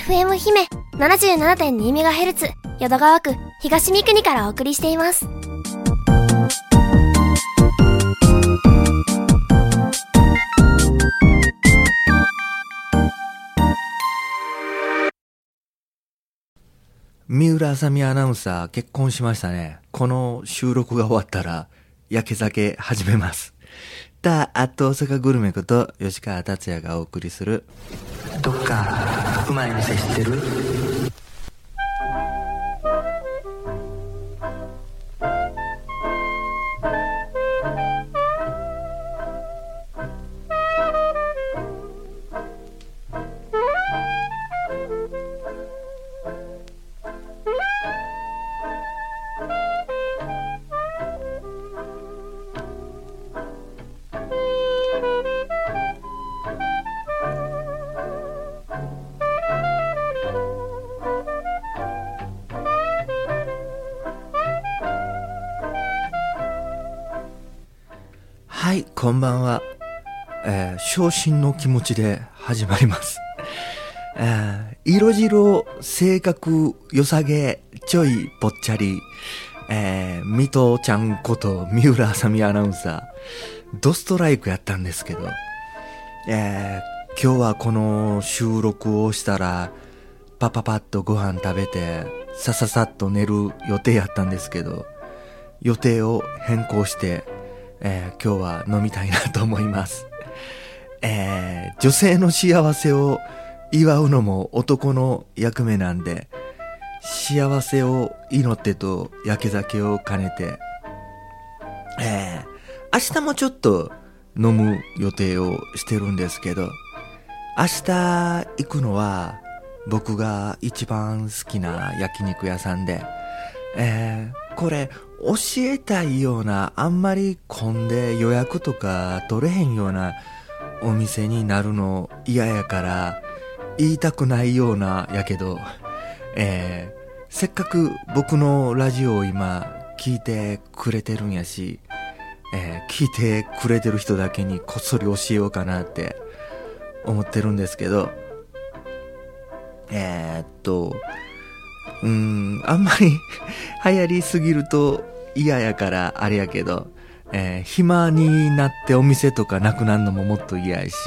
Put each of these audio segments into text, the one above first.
FM 姫 77.2MHz 淀川区東三国からお送りしています。 三浦あさみアナウンサー結婚しましたね。この収録が終わったら焼け酒始めます。アット大阪グルメこと吉川達也がお送りするどっかうまい店知ってる？はい、こんばんは。昇進の気持ちで始まります。色白、性格、良さげ、ちょいぽっちゃり、水戸ちゃんこと三浦あさみアナウンサー、ドストライクやったんですけど、今日はこの収録をしたら、パパッとご飯食べて、さっと寝る予定やったんですけど、予定を変更して、今日は飲みたいなと思います。女性の幸せを祝うのも男の役目なんで、幸せを祈ってと焼け酒を兼ねて、明日もちょっと飲む予定をしてるんですけど、明日行くのは僕が一番好きな焼肉屋さんで、これ教えたいような、あんまり混んで予約とか取れへんようなお店になるの嫌やから言いたくないようなやけど、せっかく僕のラジオを今聞いてくれてるんやし、聞いてくれてる人だけにこっそり教えようかなって思ってるんですけど、あんまり流行りすぎると嫌やからあれやけど、暇になってお店とかなくなるのももっと嫌やし、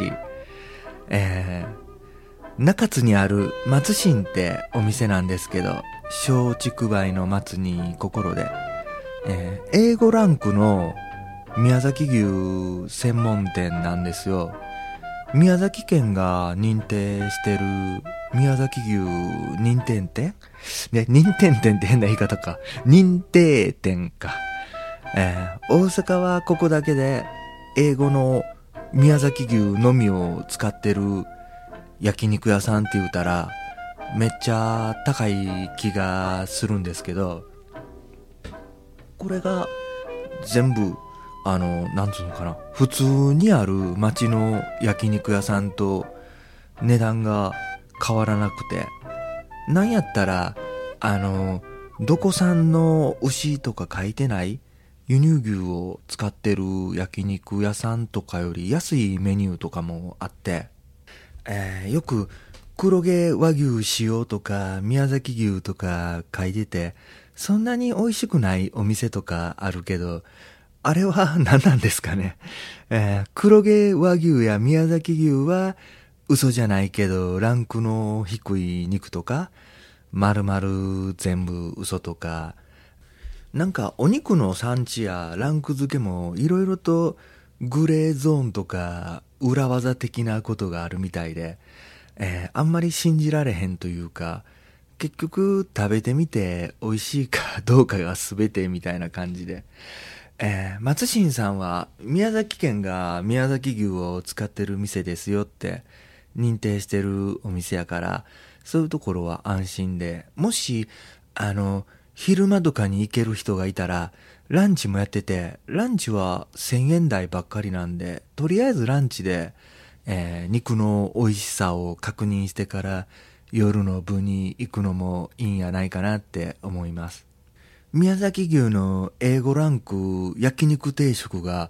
中津にある松新ってお店なんですけど、松竹梅の松に心で、A5ランクの宮崎牛専門店なんですよ。宮崎県が認定してる宮崎牛認定店ね、認定店って変な言い方か。認定店か。大阪はここだけで英語の宮崎牛のみを使ってる焼肉屋さんって言うたらめっちゃ高い気がするんですけど、これが全部なんつうのかな、普通にある町の焼肉屋さんと値段が変わらなくて、なんやったらどこ産の牛とか書いてない輸入牛を使ってる焼肉屋さんとかより安いメニューとかもあって、よく黒毛和牛使用とか宮崎牛とか書いてて、そんなに美味しくないお店とかあるけど、あれは何なんですかね。黒毛和牛や宮崎牛は嘘じゃないけどランクの低い肉とか、丸々全部嘘とか、なんかお肉の産地やランク付けもいろいろとグレーゾーンとか裏技的なことがあるみたいで、あんまり信じられへんというか、結局食べてみて美味しいかどうかが全てみたいな感じで、松新さんは宮崎県が宮崎牛を使ってる店ですよって認定してるお店やから、そういうところは安心で、もし昼間とかに行ける人がいたらランチもやってて、ランチは1000円台ばっかりなんで、とりあえずランチで、肉の美味しさを確認してから夜の部に行くのもいいんやないかなって思います。宮崎牛の A5 ランク焼肉定食が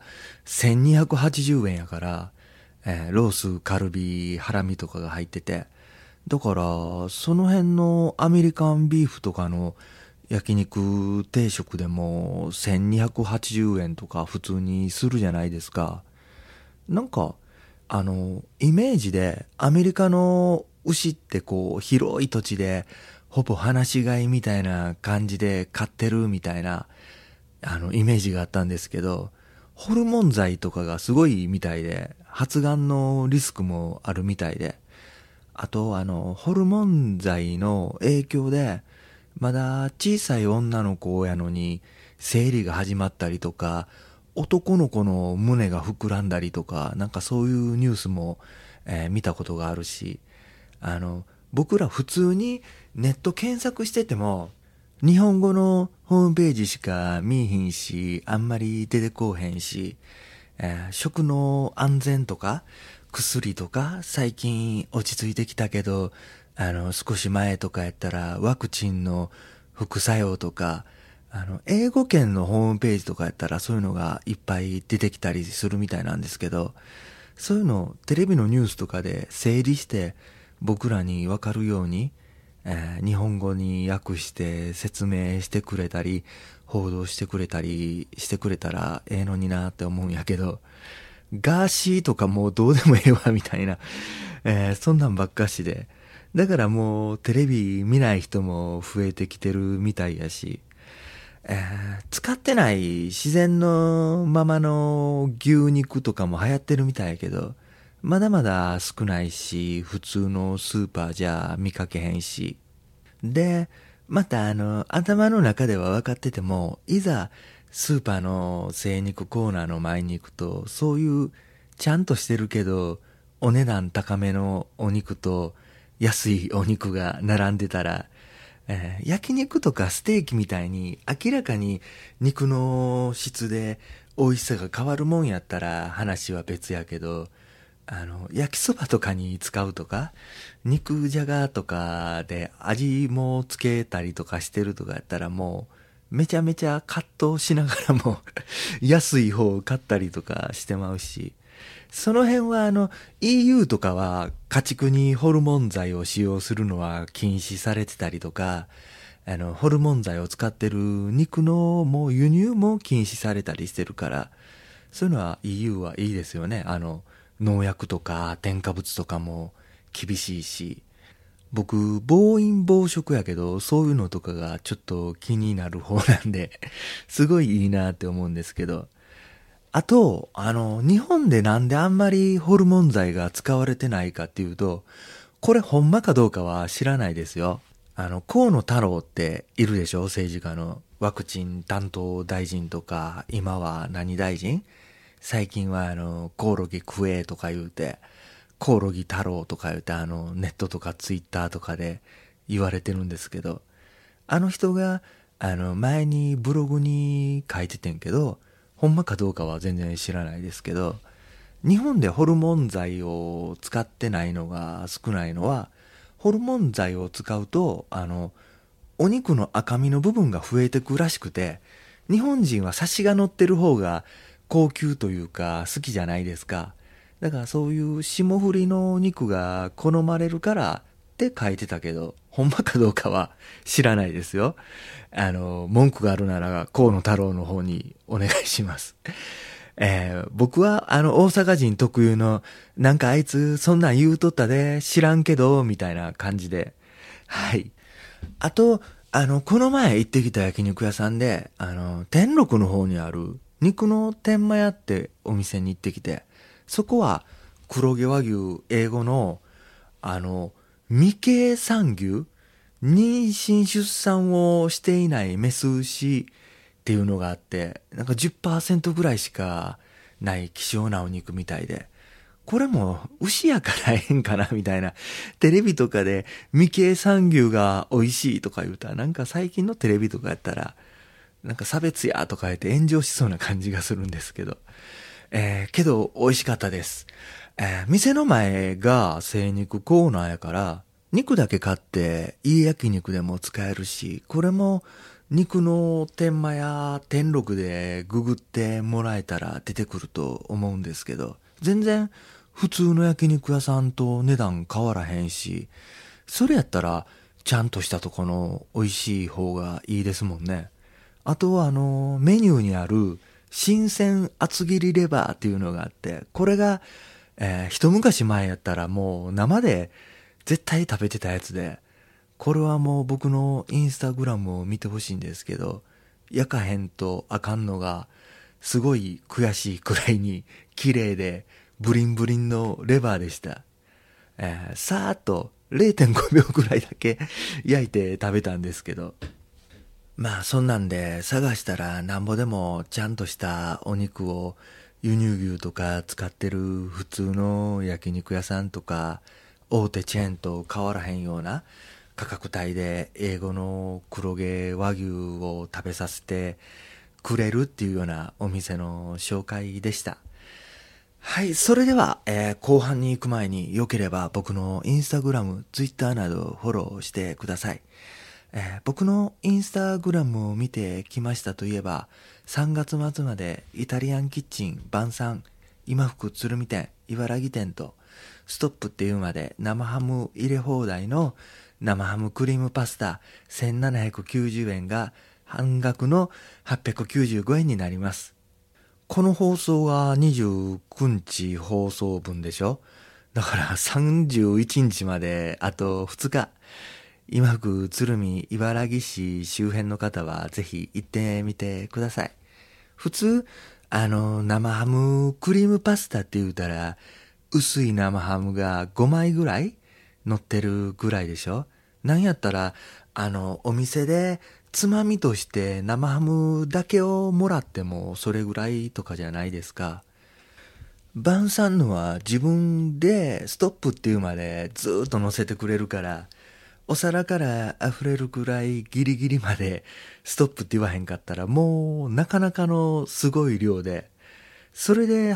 1280円やから、ロース、カルビ、ハラミとかが入ってて、 だからその辺のアメリカンビーフとかの焼肉定食でも1280円とか普通にするじゃないですか。なんかイメージでアメリカの牛ってこう広い土地でほぼ放し飼いみたいな感じで飼ってるみたいなイメージがあったんですけど、ホルモン剤とかがすごいみたいで、発がんのリスクもあるみたいで、あとホルモン剤の影響でまだ小さい女の子やのに生理が始まったりとか、男の子の胸が膨らんだりとか、なんかそういうニュースも、見たことがあるし、僕ら普通にネット検索してても日本語のホームページしか見えひんし、あんまり出てこうへんし、食の安全とか薬とか最近落ち着いてきたけど、少し前とかやったらワクチンの副作用とか、英語圏のホームページとかやったらそういうのがいっぱい出てきたりするみたいなんですけど、そういうのテレビのニュースとかで整理して僕らに分かるように、日本語に訳して説明してくれたり報道してくれたりしてくれたらええのになって思うんやけど、ガーシーとかもうどうでもええわみたいな、そんなんばっかしで、だからもうテレビ見ない人も増えてきてるみたいやし、使ってない自然のままの牛肉とかも流行ってるみたいやけど、まだまだ少ないし、普通のスーパーじゃ見かけへんし。で、また頭の中では分かってても、いざスーパーの精肉コーナーの前に行くと、そういうちゃんとしてるけど、お値段高めのお肉と安いお肉が並んでたら、焼肉とかステーキみたいに明らかに肉の質で美味しさが変わるもんやったら話は別やけど、焼きそばとかに使うとか、肉じゃがとかで味もつけたりとかしてるとかやったらもう、めちゃめちゃ葛藤しながらも安い方を買ったりとかしてまうし、その辺はEU とかは家畜にホルモン剤を使用するのは禁止されてたりとか、ホルモン剤を使ってる肉のもう輸入も禁止されたりしてるから、そういうのは EU はいいですよね。農薬とか添加物とかも厳しいし、僕暴飲暴食やけどそういうのとかがちょっと気になる方なんですごいいいなって思うんですけど、あと日本でなんであんまりホルモン剤が使われてないかっていうと、これほんまかどうかは知らないですよ。河野太郎っているでしょ、政治家のワクチン担当大臣とか、今は何大臣、最近はコオロギ食えとか言うて、コオロギ太郎とか言うてネットとかツイッターとかで言われてるんですけど、あの人が前にブログに書いててんけど、ほんまかどうかは全然知らないですけど、日本でホルモン剤を使ってないのが少ないのは、ホルモン剤を使うとお肉の赤身の部分が増えてくらしくて、日本人はサシが乗ってる方が高級というか好きじゃないですか。だからそういう霜降りの肉が好まれるからって書いてたけど、ほんまかどうかは知らないですよ。文句があるなら河野太郎の方にお願いします。僕は大阪人特有のなんかあいつそんなん言うとったで知らんけどみたいな感じで、はい。あとこの前行ってきた焼肉屋さんで天禄の方にある肉の天満屋ってお店に行ってきて、そこは黒毛和牛英語の未経産牛、妊娠出産をしていないメス牛っていうのがあって、なんか 10% ぐらいしかない希少なお肉みたいで、これも牛やからええんかなみたいな、テレビとかで未経産牛が美味しいとか言うたら、なんか最近のテレビとかやったらなんか差別やとか言って炎上しそうな感じがするんですけど、けど美味しかったです。店の前が精肉コーナーやから肉だけ買って家焼肉でも使えるし、これも肉の天満や天禄でググってもらえたら出てくると思うんですけど、全然普通の焼肉屋さんと値段変わらへんし、 それやったら、ちゃんとしたとこの美味しい方がいいですもんね。あとはメニューにある新鮮厚切りレバーっていうのがあって、これが、一昔前やったらもう生で絶対食べてたやつで、これはもう僕のインスタグラムを見てほしいんですけど、焼かへんとあかんのがすごい悔しいくらいに綺麗でブリンブリンのレバーでした。さーっと0.5秒ぐらいだけ焼いて食べたんですけど、まあそんなんで探したらなんぼでもちゃんとしたお肉を輸入牛とか使ってる普通の焼肉屋さんとか大手チェーンと変わらへんような価格帯で英語の黒毛和牛を食べさせてくれるっていうようなお店の紹介でした。はい、それでは、後半に行く前によければ僕のインスタグラム、ツイッターなどフォローしてください。僕のインスタグラムを見てきましたといえば、3月末までイタリアンキッチン晩餐、今福鶴見店、茨城店と、ストップっていうまで生ハム入れ放題の生ハムクリームパスタ1790円が半額の895円になります。この放送が29日放送分でしょ。だから31日まであと2日。今福鶴見茨城市周辺の方はぜひ行ってみてください。普通、生ハムクリームパスタって言うたら、薄い生ハムが5枚ぐらい乗ってるぐらいでしょ。なんやったら、お店でつまみとして生ハムだけをもらってもそれぐらいとかじゃないですか。晩餐のは自分でストップっていうまでずーっと乗せてくれるから、お皿から溢れるくらいギリギリまでストップって言わへんかったらもうなかなかのすごい量で、それで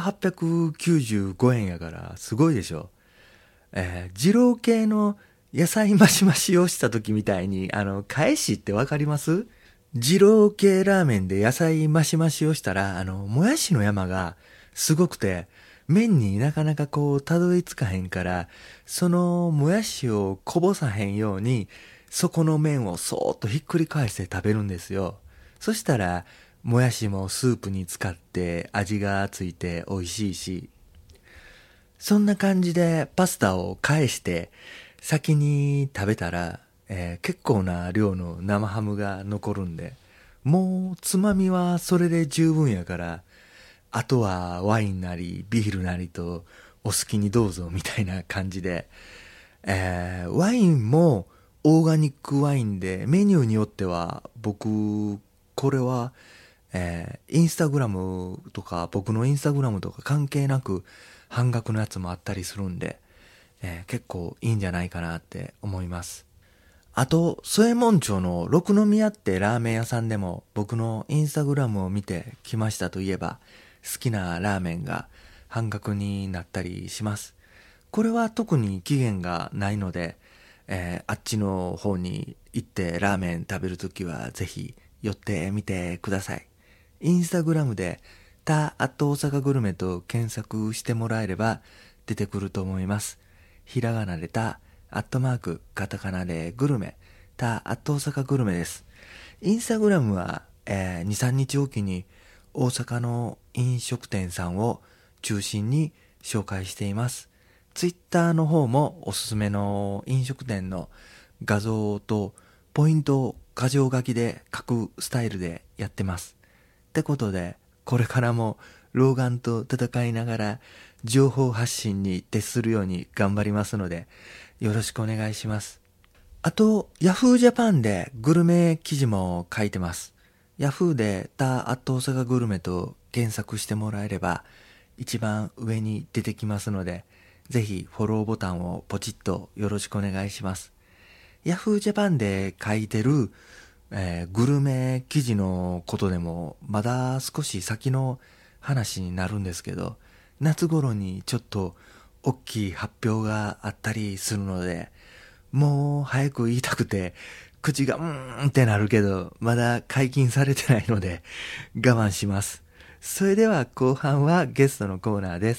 895円やからすごいでしょ。二郎系の野菜増し増しをした時みたいに、返しってわかります？二郎系ラーメンで野菜増し増しをしたら、もやしの山がすごくて、麺になかなかこう、たどり着かへんから、そのもやしをこぼさへんように、そこの麺をそーっとひっくり返して食べるんですよ。そしたら、もやしもスープに使って味がついて美味しいし、そんな感じでパスタを返して先に食べたら、結構な量の生ハムが残るんで、もうつまみはそれで十分やから、あとはワインなりビールなりとお好きにどうぞみたいな感じで、ワインもオーガニックワインでメニューによっては僕これは、インスタグラムとか僕のインスタグラムとか関係なく半額のやつもあったりするんで、結構いいんじゃないかなって思います。あと、添門町の六宮ってラーメン屋さんでも僕のインスタグラムを見てきましたといえば、好きなラーメンが半額になったりします。これは特に期限がないので、あっちの方に行ってラーメン食べるときはぜひ寄ってみてください。インスタグラムでタアット大阪グルメと検索してもらえれば出てくると思います。ひらがなでタ、アットマーク、カタカナでグルメ、タアット大阪グルメです。インスタグラムは、2、3日おきに大阪の飲食店さんを中心に紹介しています。ツイッターの方もおすすめの飲食店の画像とポイントを箇条書きで書くスタイルでやってます。ってことで、これからも老眼と戦いながら情報発信に徹するように頑張りますので、よろしくお願いします。あと、Yahoo! ジャパンでグルメ記事も書いてます。Yahoo! でタ・アット大阪グルメと検索してもらえれば一番上に出てきますので、ぜひフォローボタンをポチッとよろしくお願いします。Yahoo! ジャパンで書いてる、グルメ記事のことでもまだ少し先の話になるんですけど、夏頃にちょっと大きい発表があったりするので、もう早く言いたくて口がってなるけど、まだ解禁されてないので我慢します。それでは後半はゲストのコーナーです。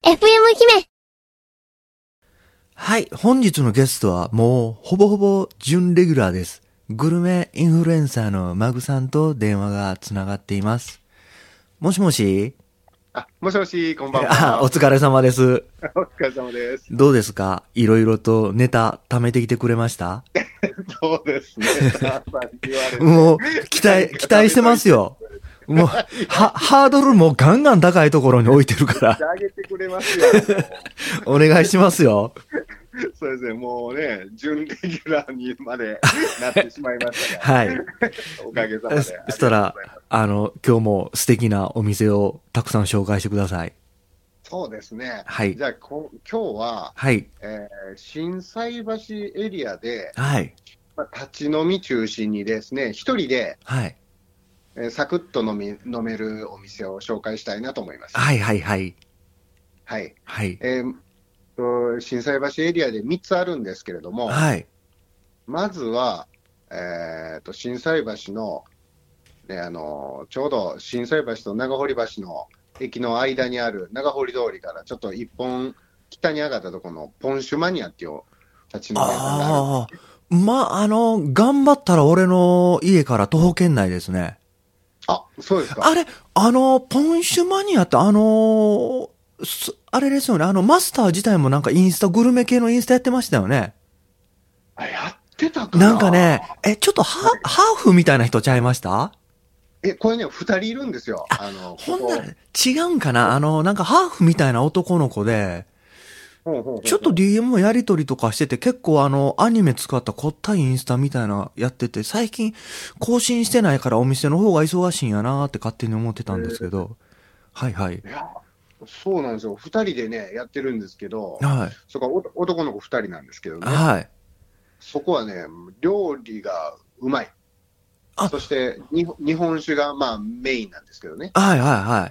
FM 姫。 はい、本日のゲストはもうほぼほぼ準レギュラーです。グルメインフルエンサーのマグさんと電話がつながっています。もしもし。 もしもし、こんばんは。 お疲れ様です。 お疲れ様です。 どうですか？いろいろとネタ貯めてきてくれました？ そうですね。 もう期待してますよ。もうハードルもガンガン高いところに置いてるから。 上げてくれますよ。 お願いしますよ。 そうですね。もうね、準レギュラーにまでなってしまいましたが。 はい。 おかげさまで。 そしたら、今日も素敵なお店をたくさん紹介してください。 そうですね。 はい。 じゃあ、今日は、 はい。 心斎橋エリアで、 はい。 立ち飲み中心にですね、一人で、 はい。 サクッと飲めるお店を紹介したいなと思います。 はいはいはい。 はい。 はい。 心斎橋エリアで3つあるんですけれども、 はい。 まずは、心斎橋の、ね、ちょうど心斎橋と長堀橋の駅の間にある長堀通りからちょっと一本北に上がったところのポンシュマニアっていう立ち飲み屋さんがある。 頑張ったら俺の家から徒歩圏内ですね。 あ、そうですか。 あれ、ポンシュマニアってあれですよね、マスター自体もなんかグルメ系のインスタやってましたよね。 やってたかな。 なんかね、ちょっとハーフみたいな人ちゃいました？ これね、2人いるんですよ。 ほんなら、違うんかな、なんかハーフみたいな男の子で、ちょっと DM もやりとりとかしてて、結構アニメ使った凝ったインスタみたいなやってて、最近更新してないからお店の方が忙しいんやなーって勝手に思ってたんですけど、はいはい。 いや、そうなんですよ。2人でね、やってるんですけど、 はい。 そこは男の子2人なんですけどね。 はい。 そこはね、料理がうまい。そして日本酒がまあメインなんですけどね。 はいはいはい。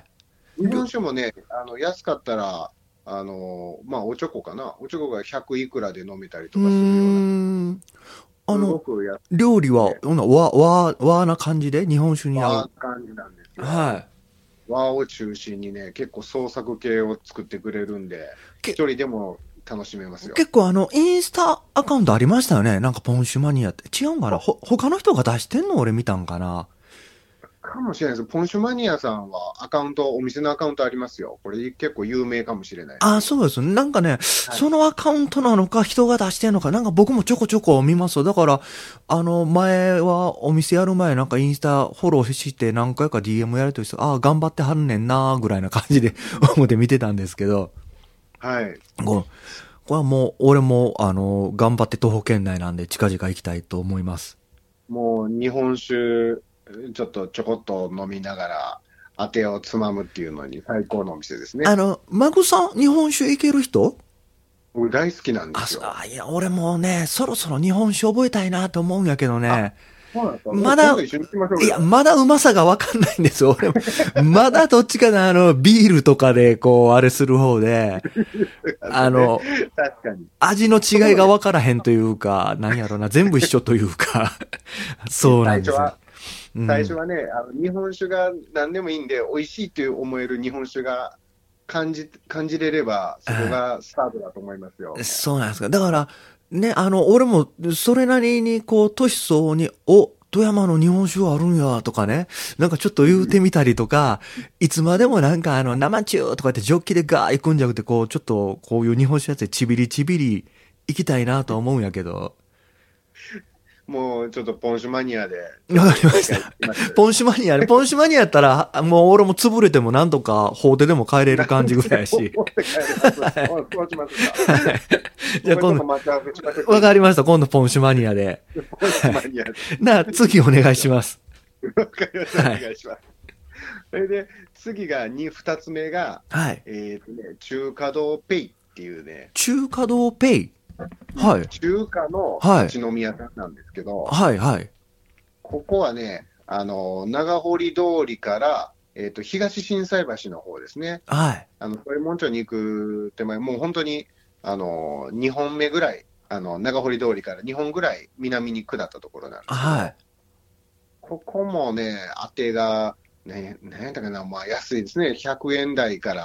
日本酒もね、安かったら、まあ、おちょこかな。おちょこが100いくらで飲めたりとかするような。すごく料理は、和な感じで日本酒に合う。 和な感じなんですよ。 はい。 和を中心にね、結構創作系を作ってくれるんで、一人でも楽しめますよ。 結構インスタアカウントありましたよね。なんかポンシュマニアって。違うんかな、他の人が出してんの俺見たんかな。 かもしれないです。ポンシュマニアさんはお店のアカウントありますよ。これ結構有名かもしれない。 そうです。なんかね、はい、そのアカウントなのか人が出してんのか、なんか僕もちょこちょこ見ますよ。だから、前はお店やる前なんかインスタフォローして何回か DM やるとして、頑張ってはんねんなーぐらいな感じで思って見てたんですけど。 はい。 これはもう、俺も、頑張って徒歩圏内なんで近々行きたいと思います。 もう、日本酒、ちょこっと飲みながら、あてをつまむっていうのに最高のお店ですね。 マグさん、日本酒いける人？ 俺大好きなんですよ。 いや、俺もね、そろそろ日本酒覚えたいなと思うんやけどね。 そうなんですか？ まだ、いや、まだうまさがわかんないんですよ、俺も。まだどっちかな、ビールとかで、こう、あれする方で、 確かに。 味の違いがわからへんというか、なんやろな、全部一緒というか、そうなんですよ。 最初はね、日本酒が何でもいいんで、美味しいって思える日本酒が感じれれば、そこがスタートだと思いますよ。 そうなんですか。だから、ね、俺も、それなりに、こう、年相応に、富山の日本酒あるんや、とかね。なんかちょっと言うてみたりとか、いつまでもなんか生中とかってジョッキでガー行くんじゃなくて、こう、ちょっと、こういう日本酒やつでちびりちびり行きたいなとは思うんやけど。 もうちょっとポンシュマニアで。 わかりました。ポンシュマニアね。ポンシュマニアやったら、もう俺も潰れてもなんとか法廷でも帰れる感じぐらいやし。 そうしますか。 じゃあ今度、わかりました。今度ポンシュマニアで。 ポンシュマニアで。 次お願いします。 わかりました。お願いします。それで、次が二つ目が、 はい。 中華堂ペイっていうね。 中華堂ペイ。はい。 中華の立ち飲み屋さんなんですけど、 はいはい。 ここはね、長堀通りから、東心斎橋の方ですね。 はい。 それ門町に行く手前、もう本当に、2本目ぐらい、長堀通りから2本ぐらい南に下ったところなんですけど、 はい。 ここもね、あてが、ね、なんだかな、まあ安いですね。100円台から、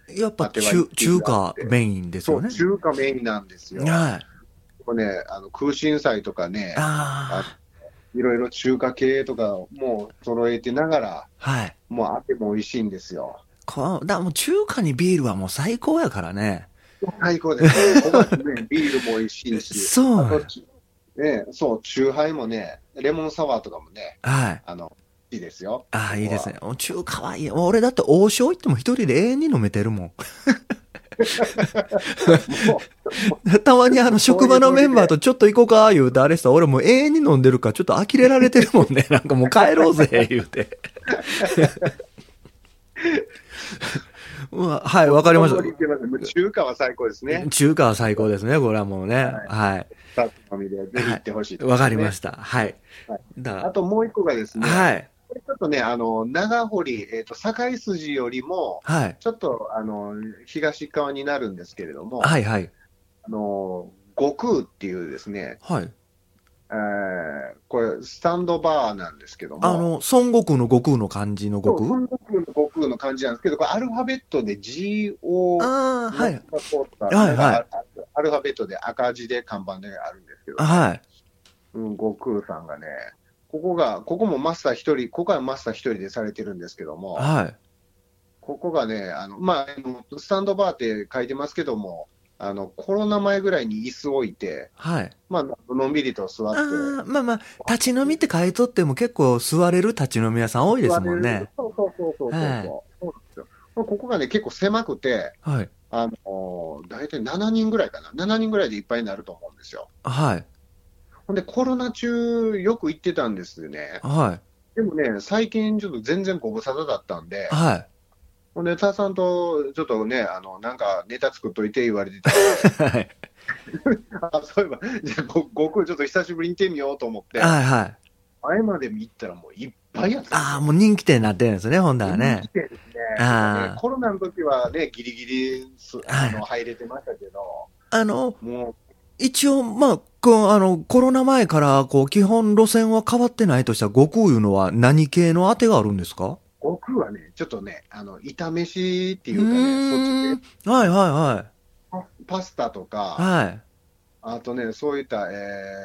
やっぱ縦割り中華メインですそう、 よね。 中華メインなんですよ。 はい。 これね、空心菜とかね、 あいろいろ中華系とかも揃えてながら、 あ、はい。 もうあっても美味しいんですよ。 もう中華にビールはもう最高やからね。 最高ですね。ここはね、ビールも美味しいし、 そう。 あと、ね、そう、チューハイもね、レモンサワーとかもね、 はい。 いいですよ。 ああ、 ここは。 いいですね。中華はいい。俺だって王将行っても一人で永遠に飲めてるもん。 もたまにそう職場のいうノリで、 メンバーとちょっと行こうか、言うてあれさ、俺もう永遠に飲んでるからちょっと呆れられてるもんね。なんかもう帰ろうぜ、言うて。はい、わかりましそのノリで行けますもう中華は最高ですた。 ね。 中華は最高ですね、これはもうね。 はい。 はい。 二つのみでぜひ行ってほしいとこわろですね。 かりました。はい。 はい。 だ、 あともう一個がですね、 はい。 これちょっとね、長堀、堺筋よりも、 はい。 ちょっと、東側になるんですけれども、 はい、はい。 悟空っていうですね、 はい。 これ、スタンドバーなんですけども、 孫悟空の悟空の漢字の悟そう、 空。 孫悟空の悟空の漢字なんですけど、これアルファベットで GO ああー、はのい。 とか、 はい、はい。 アルファベットで赤字で看板であるんですけどね、 はい。 悟空さんがね、ここもマスター一人、ここはマスター一人でされてるんですけども、 はい。 ここがね、まあ、スタンドバーって書いてますけども、コロナ前ぐらいに椅子置いて、 はい。 まあ、のんびりと座って、 ああ、まあまあ、立ち飲みって書いとっても結構座れる立ち飲み屋さん多いです座れる、 もんね。 そうそうそうそうそうはい。 そうなんですよ。ここがね、結構狭くて、 はい。 大体7人ぐらいかな。7人ぐらいでいっぱいになると思うんですよ。 はい。 ほんで、コロナ中、よく行ってたんですよね。 はい。 でもね、最近ちょっと全然ご無沙汰だったんで、 はい。 ほんで、タさんとちょっとね、なんかネタ作っといて言われてたんで、 はい。 そういえば、じゃあ、悟空ちょっと久しぶりに行ってみようと思って、 はい。はい。 前まで見行ったらもういっぱいやったんですああ、 よ。 もう人気店になってるんですね、ほんだらね。 人気店ですね。でもね、 あコロナの時はね、ギリギリあ。はい。 入れてましたけど、 あの、 も一応、まあ、コロナ前から、基本路線は変わってないとしたら、悟空いうのは何系の当てがあるんですか？ う、悟空はね、ちょっとね、炒めしってういうかね、そっちーん。 系、 はいはいはい。 パスタとか、 はい。 あとね、そういった、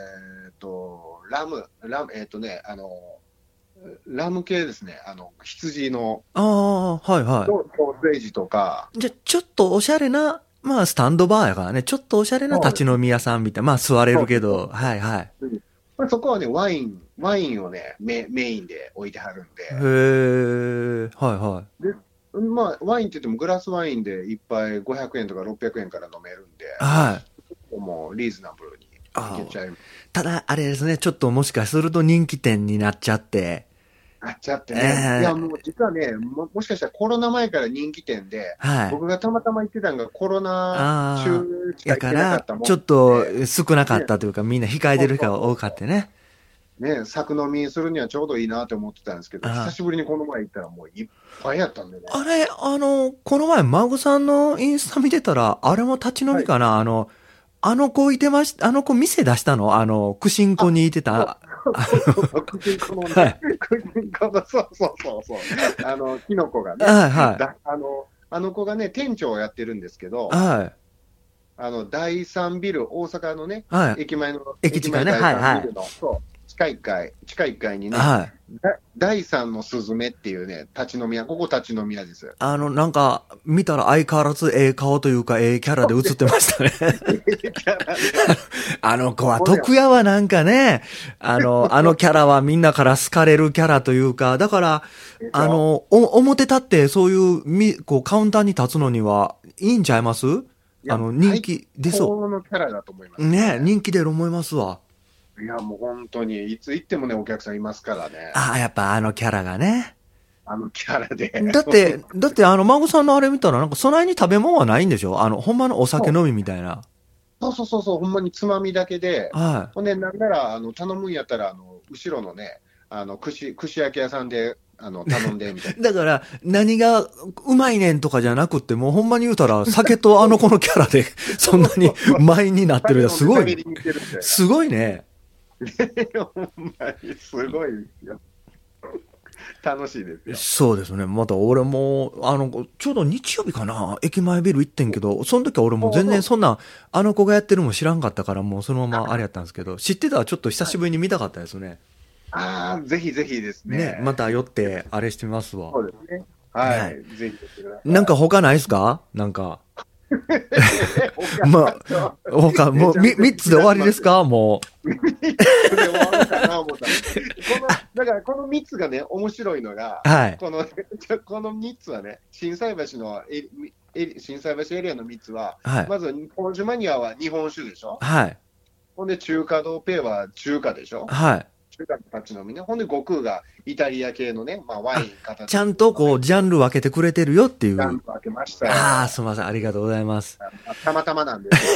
ラム系ですね、羊のああ、はいはソーセージとか、 い。じゃ、ちょっとおしゃれな、まあ、スタンドバーやからね、ちょっとおしゃれなそうです。 立ち飲み屋さんみたいな、まあ、座れそうです。そるけど、 うです。 はいはい。 うんまあ、そこはね、ワインをね、メインで置いてはるんで、 へえ、はいはい。 で、まあ、ワインって言ってもグラスワインで一杯500円とか600円から飲めるんで、 はい。 もうリーズナブルにいけああ。 ちゃいただ、あれですね、ちょっともしかすると人気店になっちゃって、 なっちゃってね。いや、 ええ、 もう実はね、もしかしたらコロナ前から人気店で、 はい。 僕がたまたま行ってたのがコロナ中ああ、やしか行ってなかっから、 たもんちょっとで、 少なかっね、 たというか、みんな控えてる人そうそうそが多かったね。 う。ね、作飲みするにはちょうどいいなと思ってたんですけど、久あしぶりにこの前行ったらもういっぱいやったんでね。 あれ、この前、マグさんのインスタ見てたら、あれも立ち飲はい。 みかな、あの子いてまし、あの子店出したのクシンコあ、 にいてそうた、 そう、クジンコのね、 はい。 クジンコの、そうそうそうそう、キノコがね、 はい、はい。 あの子がね、店長をやってるんですけど、 はい。 第3ビル、大阪のね、 はい。駅近ね。 駅前第はい、 3 はい。 ビルの、そう、地下1階にね、 はい。 第3のスズメっていうね、立ち飲み屋、ここ立ち飲み屋です。 なんか、見たら相変わらずええ顔というか、ええキャラで映ってましたね。 キャラで、 あの子はこれ、 徳屋はなんかね、あのキャラはみんなから好かれるキャラというか、だから、 でしょ表立ってそういうカウンターに立つのにはいいんちゃいます？ いや、 人最気出そ高のキャラだと思いまう。 すね。 ね、人気出る思いますわ。 いや、もう本当に、いつ行ってもね、お客さんいますからね。 ああ、やっぱあのキャラがね。 あのキャラで。 だって孫さんのあれ見たらなんかそないに食べ物はないんでしょ？ほんまのお酒飲みみたいな。 そう、ほんまにつまみだけで、 はほんで、なんなら、頼むんやったら、後ろのね、串焼き屋さんで、頼んで、みたいい。だから、何がうまいねんとかじゃなくって、もうほんまに言うたら、酒とあの子のキャラで、 な。 そんなに前になってる。 酒飲んすごい、 で喋りに行ってるみたいな。 すごいね。 ほんまに、すごいですよ。 楽しいですよ。 そうですね。また俺も、ちょうど日曜日かな、駅前ビル行ってんけど、その時は俺も全然そんな、あの子がやってるのも知らんかったから、もうそのままあれやったんですけど、知ってたらちょっと久しぶりに見たかったですね。 ああ、ぜひぜひですね。 ね、また寄って、あれしてみますわ。 そうですね。はい。 はいぜひやってください。 なんか他ないですかなんか。まあ、他、もう、三つで終わりですかもう。 で終わるかな思っただからこの3つがね、面白いのが、 はい。 この3つはね、心斎橋の心斎橋エリアの3つは、 はい。 まず日本酒マニアは日本酒でしょ。 はい。 ほんで中華堂ペイは中華でしょ。 はい。 中華の立ち飲みね。ほんで悟空がイタリア系のね、まあワイン形、 ちゃんとこう、ジャンル分けてくれてるよっていう。 ジャンル分けましたよ。 ああ、すみません。ありがとうございます。 たまたまなんです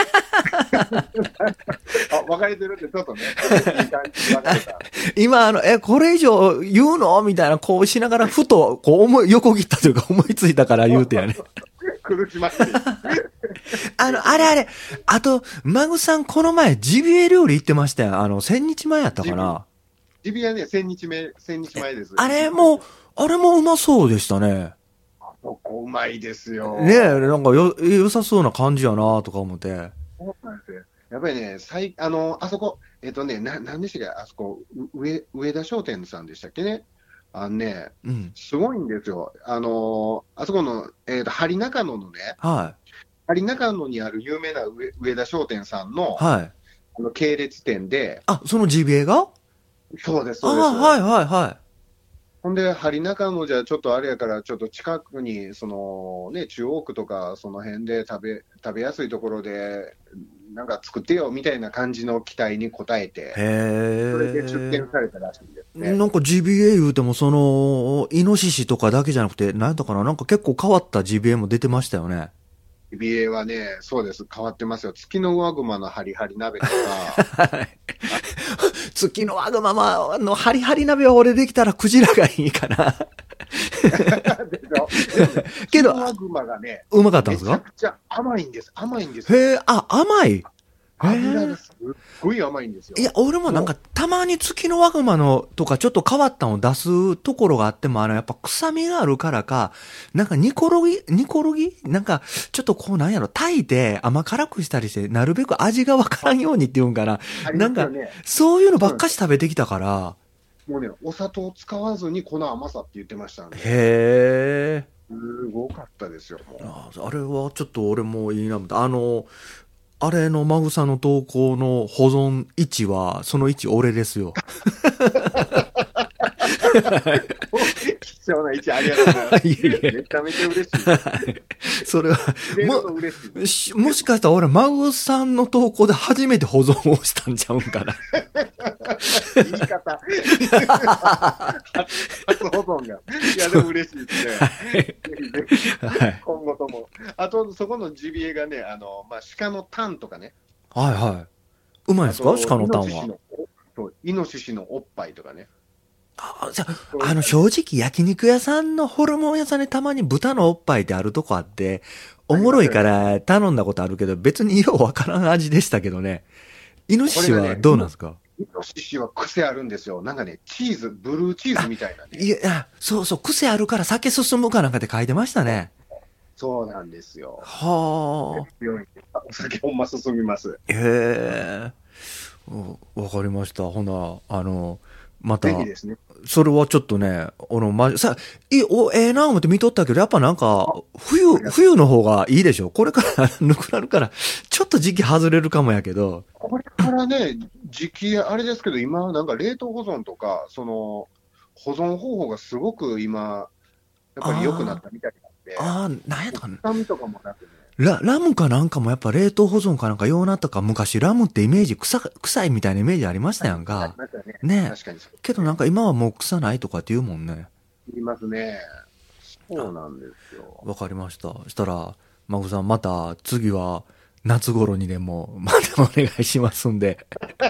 あ、分かれてるってちょっとね、いい感じに分かれた。 今、これ以上言うのみたいな、こうしながら、ふと、こう横切ったというか思いついたから言うてやね。 苦しまって。 あれ。あと、マグさん、この前、ジビエ料理行ってましたよ。千日前やったかな。 ジビエね、千日前です。 あれもうまそうでしたね。 あそこうまいですよ。 ねえ、なんか良さそうな感じやなとか思って。 そうなんですよ。やっぱりね、あそこ、なんでしたっけ、あそこ、上田商店さんでしたっけね。 うん。 すごいんですよ。あそこの、針中野のね、 はい。 針中野にある有名な上田商店さんの、 はい。 系列店で、 あ、そのジビエがそうです、 ああ、 そうです。 はいはいはい。 ほんで、針中野じゃちょっとあれやから、ちょっと近くに、中央区とか、その辺で食べやすいところで、なんか作ってよみたいな感じの期待に応えて、 へそれで出店え。 されたらしいんですね。 なんかジビエ言うても、イノシシとかだけじゃなくて、なんやったかななんか結構変わったジビエも出てましたよね。 ジビエはね、そうです、変わってますよ。月の上熊のハリハリ鍋とか、 はい。月のワグママのハリハリ鍋は俺できたらクジラがいいかな。 でしょけど月の上熊がね、 うまかったんですかめちゃくちゃ甘いんです。甘いんですよ。 へえ、甘い。 油がすっごい甘いんですよ。 いや、俺もなんか、たまに月のワグマのとかちょっと変わったのを出すところがあっても、やっぱ臭みがあるからか、なんか煮転ぎなんか、ちょっとこうなんやろ、炊いて甘辛くしたりして、なるべく味がわからんようにっていうんかな。なんか、そういうのばっかし食べてきたから、 もうね、お砂糖使わずにこの甘さって言ってましたんで。 へえ。 すごかったですよ、もう。 あれはちょっと俺もいいな、あれのマグさんの投稿の保存位置は、その位置俺ですよ。 貴重な位置ありがとうございます。 いえいえめちゃめちゃ嬉しい。 それは、もしかしたら俺、マグさんの投稿で初めて保存をしたんちゃうんかな。 言い方。初保存が。いや、でも嬉しいですね。ぜひぜひ、 はい。 今後とも。あと、そこのジビエがね、鹿のタンとかね。 はいはい。うまいですか鹿のタンは。 イノシシのおっぱいとかね。 正直焼肉屋さんのホルモン屋さんでたまに豚のおっぱいってあるとこあって、おもろいから頼んだことあるけど、別にようわからん味でしたけどね。イノシシはどうなんですか？ イノシシは癖あるんですよ。なんかね、ブルーチーズみたいなね。 いや、そうそう、癖あるから酒進むかなんかって書いてましたね。 そうなんですよ。 はあ。お酒ほんま進みます。 へえ。わかりました。ほな、また、 ぜひですね。 それはちょっとね、ええな思って見とったけど、やっぱなんか、冬の方がいいでしょ。これからぬくなるから、ちょっと時期外れるかもやけど。 これからね、時期、あれですけど、今、なんか冷凍保存とか、保存方法がすごく今、やっぱり良くなったみたいなんで。 なんやったかな。 臭みとかもなくね。 ラムかなんかもやっぱ冷凍保存かなんかようなったか、昔ラムってイメージ臭いみたいなイメージありましたやんか。 ありましたね。 ね確かにそう。 けどなんか今はもう臭ないとかって言うもんね。 言いますね。そうなんですよ。 わかりました。したら、マグさんまた次は夏頃にでもまたお願いしますんで。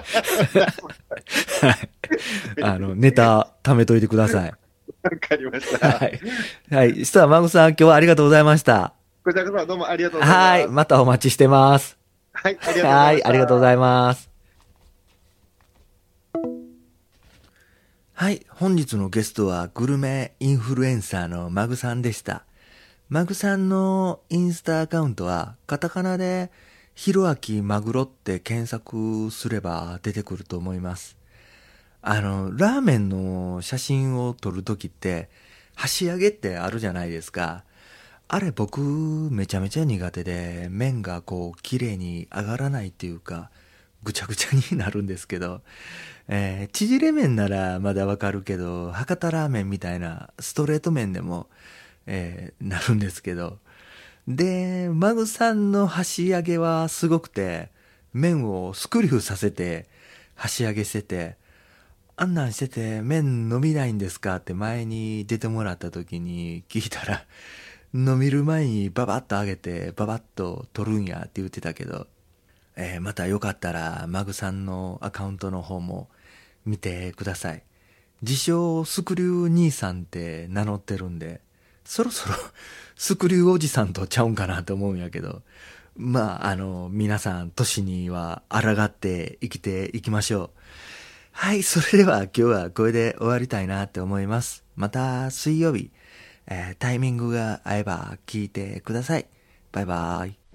はい。ネタ貯めといてください。 わかりました。 はい。はい。したらマグさん今日はありがとうございました。 こちらこそどうもありがとうございます。 はい。またお待ちしてます。 はい。ありがとうございます。 はい。ありがとうございます。 はい、本日のゲストはグルメインフルエンサーのマグさんでした。マグさんのインスタアカウントはカタカナでひろあきマグロって検索すれば出てくると思います。ラーメンの写真を撮るときって箸上げってあるじゃないですか。あれ僕めちゃめちゃ苦手で、麺がこう綺麗に上がらないっていうかぐちゃぐちゃになるんですけど、縮れ麺ならまだわかるけど、博多ラーメンみたいなストレート麺でも、なるんですけど、でマグさんの箸上げはすごくて、麺をスクリューさせて箸上げしてて、あんなんしてて麺伸びないんですかって前に出てもらった時に聞いたら、伸びる前にババッと上げてババッと取るんやって言ってたけど、またよかったらマグさんのアカウントの方も見てください。自称スクリュー兄さんって名乗ってるんで、そろそろスクリューおじさんとちゃうんかなと思うんやけど、まあ皆さん年には抗って生きていきましょう。はい、それでは今日はこれで終わりたいなって思います。また水曜日、タイミングが合えば聞いてください。バイバイ。